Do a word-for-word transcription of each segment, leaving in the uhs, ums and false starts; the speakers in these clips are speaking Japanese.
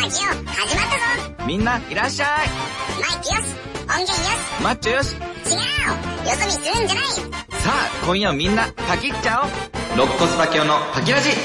キオ始まったぞ。 みんないらっしゃい。 マイクよし、音源よし、 マッチョよし。 違う、よそ見するんじゃない。さあ今夜みんなパキっちゃおう。肋骨パキオのパキラジ。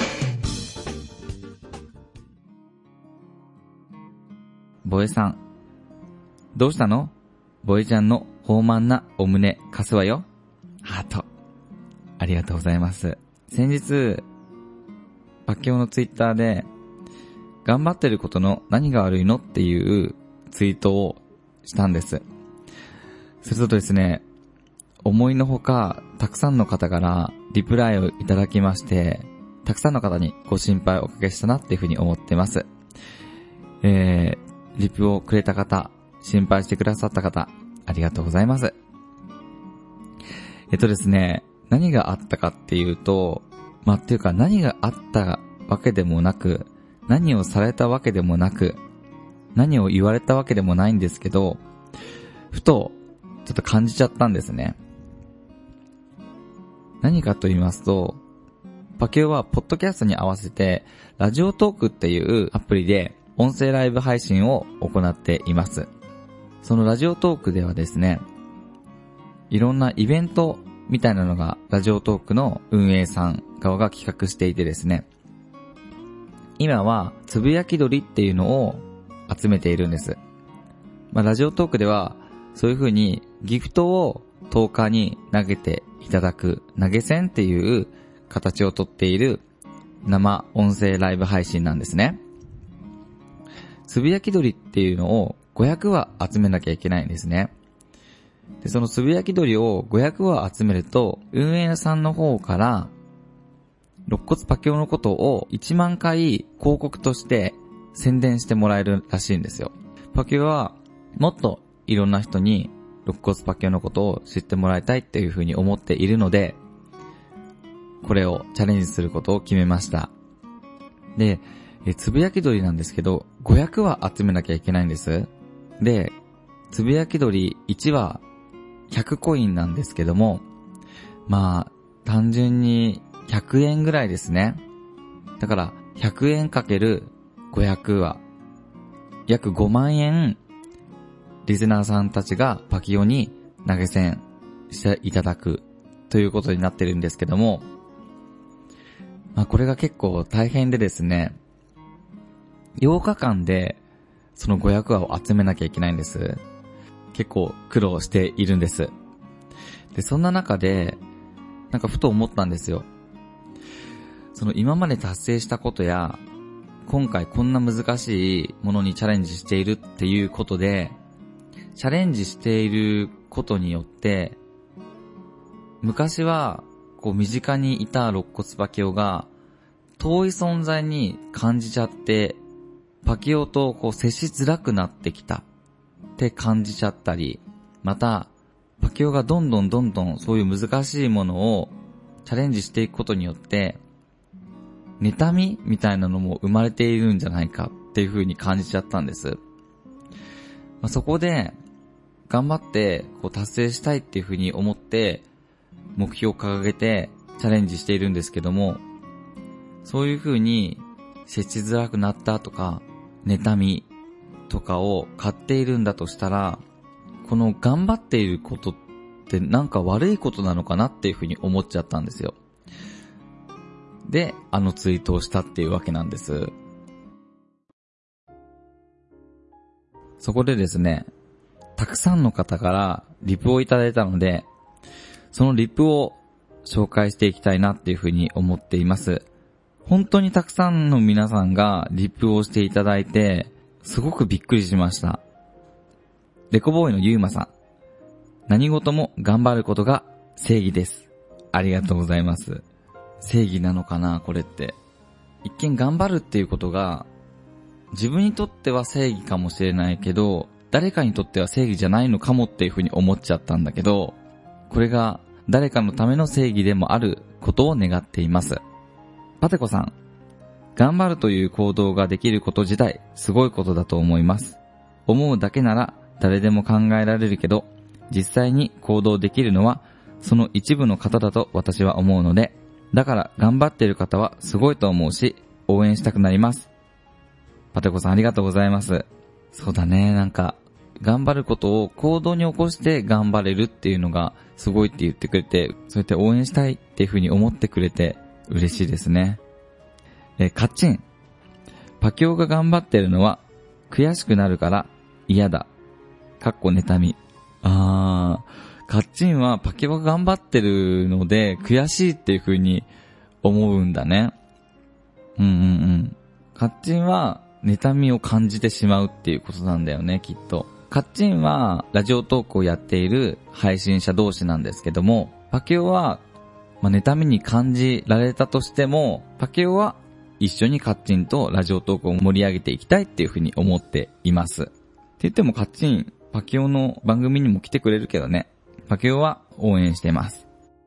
ボエさん、どうしたの？ボエちゃんの豊満なお胸貸すわよ。ハート、ありがとうございます。先日パキオのツイッターで頑張ってることの何が悪いのっていうツイートをしたんです。するとですね、思いのほかたくさんの方からリプライをいただきまして、たくさんの方にご心配をおかけしたなっていうふうに思ってます。えー、リプをくれた方、心配してくださった方、ありがとうございます。えっとですね、何があったかっていうと、まあ、っていうか何があったわけでもなく、何をされたわけでもなく、何を言われたわけでもないんですけど、ふとちょっと感じちゃったんですね。何かと言いますと、パキオはポッドキャストに合わせてラジオトークっていうアプリで音声ライブ配信を行っています。そのラジオトークではですね、いろんなイベントみたいなのがラジオトークの運営さん側が企画していてですね、今はつぶやき鳥っていうのを集めているんです。まあ、ラジオトークではそういう風にギフトをとおかに投げていただく投げ銭っていう形をとっている生音声ライブ配信なんですね。つぶやき鳥っていうのをごひゃくわ集めなきゃいけないんですね。で、そのつぶやき鳥をごひゃくわ集めると、運営さんの方から肋骨パキオのことをいちまんかい広告として宣伝してもらえるらしいんですよ。パキオはもっといろんな人に肋骨パキオのことを知ってもらいたいっていうふうに思っているので、これをチャレンジすることを決めました。で、えつぶやき鳥なんですけど、ごひゃくわ集めなきゃいけないんです。で、つぶやき鳥いちわひゃくコインなんですけども、まあ単純にひゃくえんぐらいですね。だからひゃくえんかけるごひゃくわ、約ごまんえんリスナーさんたちがパキオに投げ銭していただくということになってるんですけども、まあこれが結構大変でですね、ようかかんでそのごひゃくわを集めなきゃいけないんです。結構苦労しているんです。で、そんな中でなんかふと思ったんですよ。その今まで達成したことや、今回こんな難しいものにチャレンジしているっていうことで、チャレンジしていることによって、昔はこう身近にいた肋骨パキオが遠い存在に感じちゃって、パキオとこう接しづらくなってきたって感じちゃったり、またパキオがどんどんどんどんそういう難しいものをチャレンジしていくことによって、妬みみたいなのも生まれているんじゃないかっていう風に感じちゃったんです。まあ、そこで頑張ってこう達成したいっていう風に思って目標を掲げてチャレンジしているんですけども、そういう風に接しづらくなったとか妬みとかを買っているんだとしたら、この頑張っていることってなんか悪いことなのかなっていう風に思っちゃったんですよ。で、あのツイートをしたっていうわけなんです。そこでですね、たくさんの方からリプをいただいたので、そのリプを紹介していきたいなっていうふうに思っています。本当にたくさんの皆さんがリプをしていただいて、すごくびっくりしました。デコボーイのゆうまさん、何事も頑張ることが正義です。ありがとうございます。正義なのかなこれって。一見頑張るっていうことが自分にとっては正義かもしれないけど、誰かにとっては正義じゃないのかもっていうふうに思っちゃったんだけど、これが誰かのための正義でもあることを願っています。パテコさん、頑張るという行動ができること自体すごいことだと思います。思うだけなら誰でも考えられるけど、実際に行動できるのはその一部の方だと私は思うので、だから頑張っている方はすごいと思うし、応援したくなります。 パテコさんありがとうございます。そうだね、なんか、頑張ることを行動に起こして頑張れるっていうのがすごいって言ってくれて、そうやって応援したいっていう風に思ってくれて嬉しいですね。え、カッチン。パキオが頑張ってるのは悔しくなるから嫌だ。かっこ妬み。あー、カッチンはパキオが頑張ってるので悔しいっていう風に思うんだね。うんうんうん。カッチンは妬みを感じてしまうっていうことなんだよね、きっと。カッチンはラジオトークをやっている配信者同士なんですけども、パキオは、まあ、妬みに感じられたとしても、パキオは一緒にカッチンとラジオトークを盛り上げていきたいっていうふうに思っています。って言ってもカッチン、パキオの番組にも来てくれるけどね、パキオは応援してます。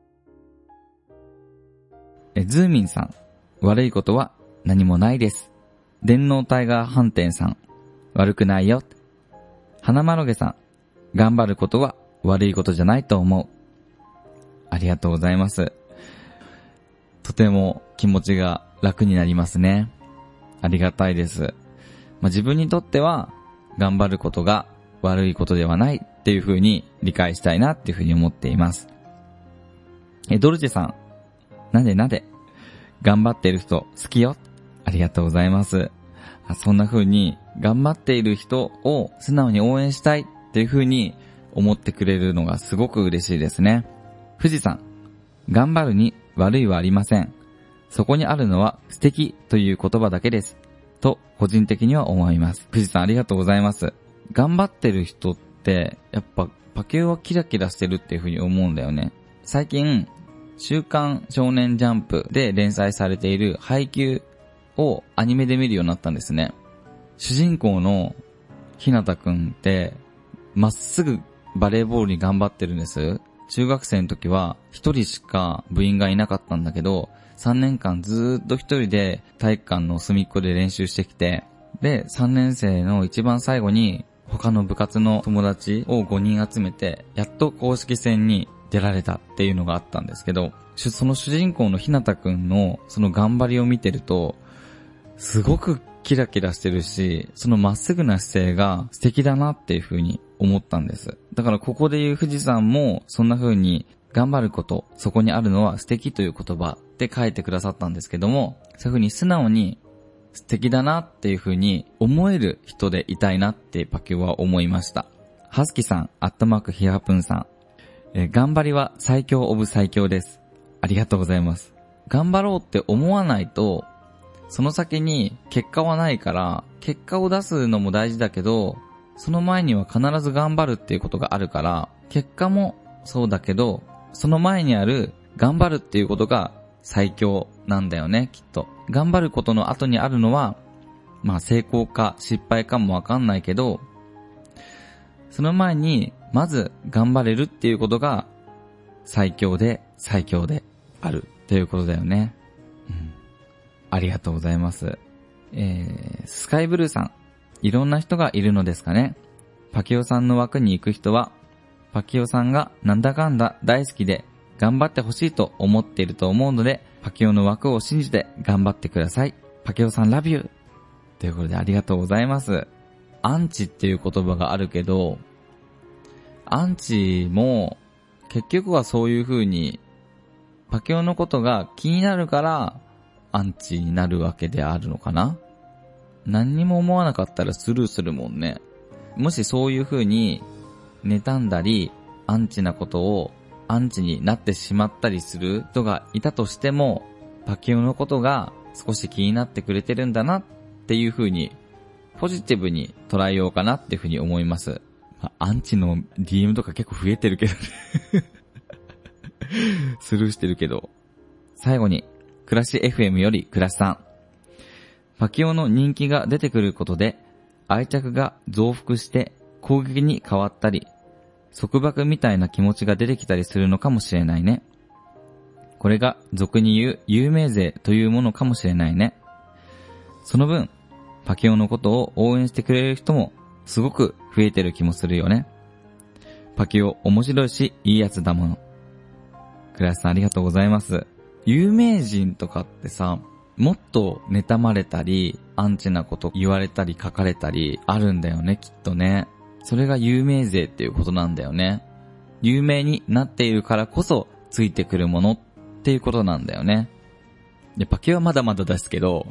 え、ズーミンさん、悪いことは何もないです。電脳タイガー飯店さん、悪くないよ。花まろげさん、頑張ることは悪いことじゃないと思う。ありがとうございます。とても気持ちが楽になりますね。ありがたいです。まあ、自分にとっては頑張ることが悪いことではないっていう風に理解したいなっていう風に思っています。え、ドルチェさん、なんでなんで頑張っている人好きよ。ありがとうございます。そんな風に頑張っている人を素直に応援したいっていう風に思ってくれるのがすごく嬉しいですね。富士さん、頑張るに悪いはありません。そこにあるのは素敵という言葉だけです。と個人的には思います。富士さんありがとうございます。頑張ってる人ってやっぱパキオはキラキラしてるっていう風に思うんだよね。最近週刊少年ジャンプで連載されているハイキューをアニメで見るようになったんですね。主人公のひなたくんってまっすぐバレーボールに頑張ってるんです。中学生の時は一人しか部員がいなかったんだけど、さんねんかんずーっと一人で体育館の隅っこで練習してきて、でさんねん生の一番最後に他の部活の友達をごにん集めてやっと公式戦に出られたっていうのがあったんですけど、その主人公のひなたくんのその頑張りを見てるとすごくキラキラしてるし、そのまっすぐな姿勢が素敵だなっていう風に思ったんです。だからここで言う富士山もそんな風に頑張ること、そこにあるのは素敵という言葉で書いてくださったんですけども、そういう風に素直に素敵だなっていう風に思える人でいたいなってパキオは思いました。ハスキさん、アットマークヒハプンさん、えー、頑張りは最強オブ最強です。ありがとうございます。頑張ろうって思わないとその先に結果はないから、結果を出すのも大事だけど、その前には必ず頑張るっていうことがあるから、結果もそうだけど、その前にある頑張るっていうことが最強なんだよね、きっと。頑張ることの後にあるのは、まあ成功か失敗かもわかんないけど、その前にまず頑張れるっていうことが最強で最強であるっていうことだよね。うん、ありがとうございます。えー、スカイブルーさん、いろんな人がいるのですかね。パキオさんの枠に行く人は、パキオさんがなんだかんだ大好きで頑張ってほしいと思っていると思うので、パキオの枠を信じて頑張ってください。パキオさんラビューということでありがとうございます。アンチっていう言葉があるけど、アンチも結局はそういう風にパキオのことが気になるからアンチになるわけであるのかな。何にも思わなかったらスルーするもんね。もしそういう風に妬んだりアンチなことをアンチになってしまったりする人がいたとしても、パキオのことが少し気になってくれてるんだなっていう風にポジティブに捉えようかなっていう風に思います。まあ、アンチの ディーエム とか結構増えてるけどねスルーしてるけど。最後に暮らし エフエム より暮らしさん、パキオの人気が出てくることで愛着が増幅して攻撃に変わったり、束縛みたいな気持ちが出てきたりするのかもしれないね。これが俗に言う有名税というものかもしれないね。その分パキオのことを応援してくれる人もすごく増えてる気もするよね。パキオ面白いしいいやつだもの。倉橋さんありがとうございます。有名人とかってさ、 もっと妬まれたり、アンチなこと言われたり書かれたりあるんだよね、きっとね。それが有名税っていうことなんだよね。有名になっているからこそついてくるものっていうことなんだよね。で、パケはまだまだですけど、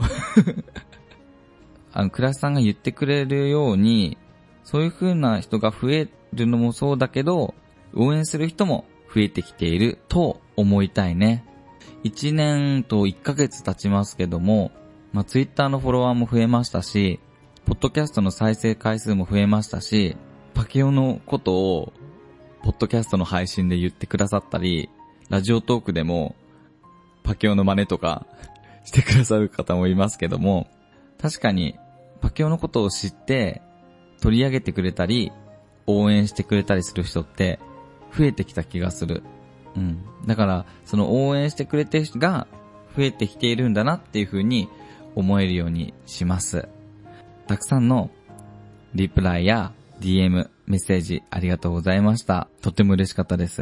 あの、クラスさんが言ってくれるように、そういう風な人が増えるのもそうだけど、応援する人も増えてきていると思いたいね。いちねんといっかげつ経ちますけども、まあ、ツイッターのフォロワーも増えましたし、ポッドキャストの再生回数も増えましたし、パケオのことを、ポッドキャストの配信で言ってくださったり、ラジオトークでも、パケオの真似とかしてくださる方もいますけども、確かに、パケオのことを知って、取り上げてくれたり、応援してくれたりする人って、増えてきた気がする。うん。だから、その応援してくれてる人が増えてきているんだなっていう風に思えるようにします。たくさんのリプライや ディーエム、メッセージありがとうございました。とっても嬉しかったです。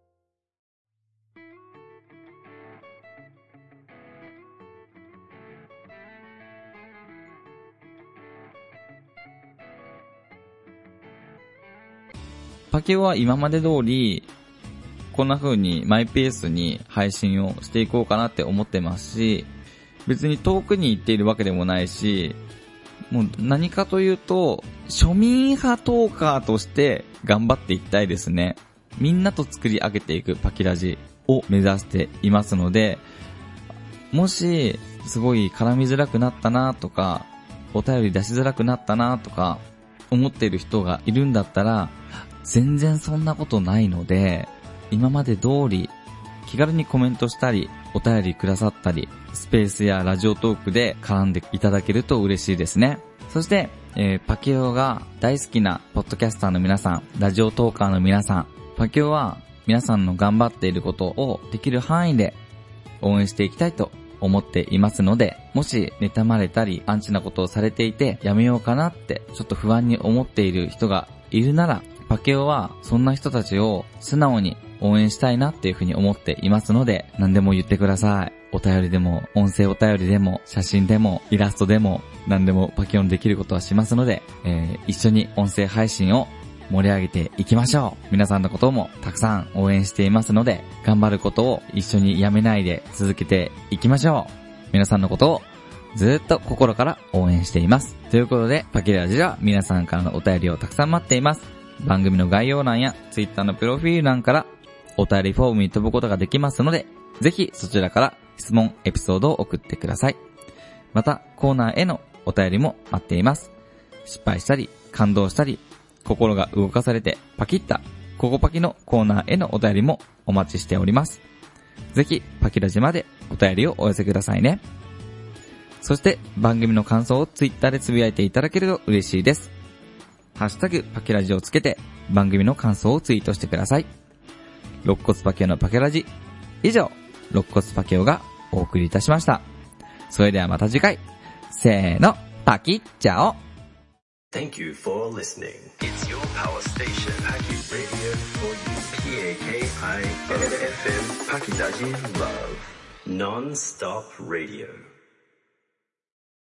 パケオは今まで通り、こんな風にマイペースに配信をしていこうかなって思ってますし、別に遠くに行っているわけでもないし、もう何かというと、庶民派トーカーとして頑張っていきたいですね。みんなと作り上げていくパキラジを目指していますので、もし、すごい絡みづらくなったなとか、お便り出しづらくなったなとか、思っている人がいるんだったら、全然そんなことないので、今まで通り気軽にコメントしたり、お便りくださったり、スペースやラジオトークで絡んでいただけると嬉しいですね。そして、えー、パケオが大好きなポッドキャスターの皆さん、ラジオトーカーの皆さん、パケオは皆さんの頑張っていることをできる範囲で応援していきたいと思っていますので、もし妬まれたりアンチなことをされていてやめようかなってちょっと不安に思っている人がいるなら、パケオはそんな人たちを素直に応援したいなっていうふうに思っていますので、何でも言ってください。お便りでも、音声お便りでも、写真でも、イラストでも、何でもパケオにできることはしますので、えー、一緒に音声配信を盛り上げていきましょう。皆さんのこともたくさん応援していますので、頑張ることを一緒にやめないで続けていきましょう。皆さんのことをずっと心から応援しています。ということで、パケラジでは皆さんからのお便りをたくさん待っています。番組の概要欄や Twitter のプロフィール欄からお便りフォームに飛ぶことができますので、ぜひそちらから質問、エピソードを送ってください。また、コーナーへのお便りも待っています。失敗したり、感動したり、心が動かされてパキッた、ココパキのコーナーへのお便りもお待ちしております。ぜひ、パキラジまでお便りをお寄せくださいね。そして、番組の感想をツイッターでつぶやいていただけると嬉しいです。ハッシュタグパケラジをつけて番組の感想をツイートしてください。肋骨パケオのパケラジ。以上、肋骨パケオがお送りいたしました。それではまた次回。せーの、パキッチャオ。 Thank you for listening. It's your power station, Paki Radio for you. P A K I N F M, Pakidaji Love. Non-stop radio.